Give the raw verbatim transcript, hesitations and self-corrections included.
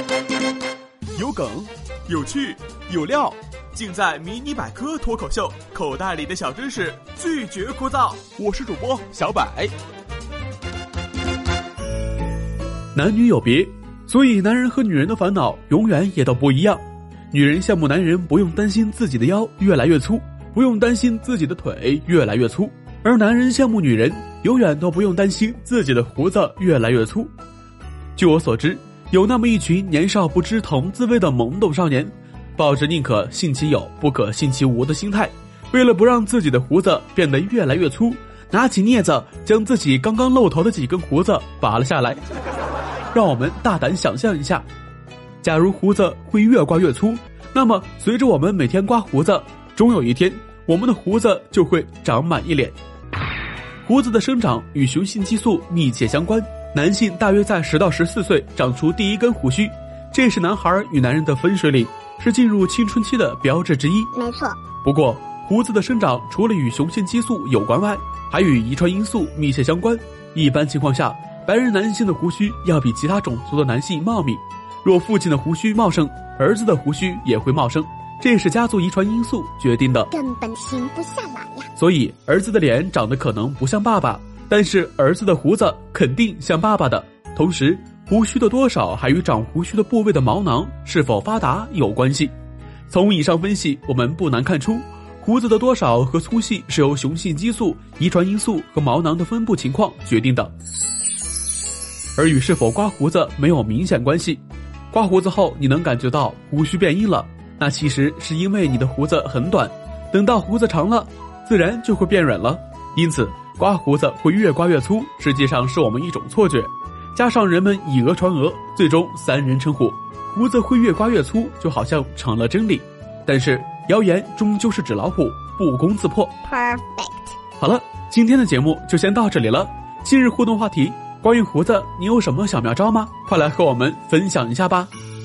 有梗，有趣，有料，尽在迷你百科脱口秀，口袋里的小知识拒绝枯燥。我是主播小百。 男女有别，所以男人和女人的烦恼永远也都不一样。女人羡慕男人不用担心自己的腰越来越粗，不用担心自己的腿越来越粗，而男人羡慕女人永远都不用担心自己的胡子越来越粗。据我所知，有那么一群年少不知疼滋味的懵懂少年，抱着宁可信其有不可信其无的心态，为了不让自己的胡子变得越来越粗，拿起镊子将自己刚刚露头的几根胡子拔了下来。让我们大胆想象一下，假如胡子会越刮越粗，那么随着我们每天刮胡子，终有一天我们的胡子就会长满一脸。胡子的生长与雄性激素密切相关，男性大约在十到十四岁长出第一根胡须，这是男孩与男人的分水岭，是进入青春期的标志之一。 没错。 不过胡子的生长除了与雄性激素有关外，还与遗传因素密切相关。一般情况下，白人男性的胡须要比其他种族的男性茂密，若父亲的胡须茂盛，儿子的胡须也会茂盛，这是家族遗传因素决定的， 根本停不下来呀。 所以儿子的脸长得可能不像爸爸，但是儿子的胡子肯定像爸爸的。同时胡须的多少还与长胡须的部位的毛囊是否发达有关系。从以上分析，我们不难看出，胡子的多少和粗细是由雄性激素、遗传因素和毛囊的分布情况决定的，而与是否刮胡子没有明显关系。刮胡子后你能感觉到胡须变硬了，那其实是因为你的胡子很短，等到胡子长了，自然就会变软了。因此刮胡子会越刮越粗，实际上是我们一种错觉，加上人们以讹传讹，最终三人成虎，胡子会越刮越粗就好像成了真理。但是谣言终究是纸老虎，不攻自破。 Perfect。 好了，今天的节目就先到这里了。今日互动话题，关于胡子你有什么小妙招吗？快来和我们分享一下吧。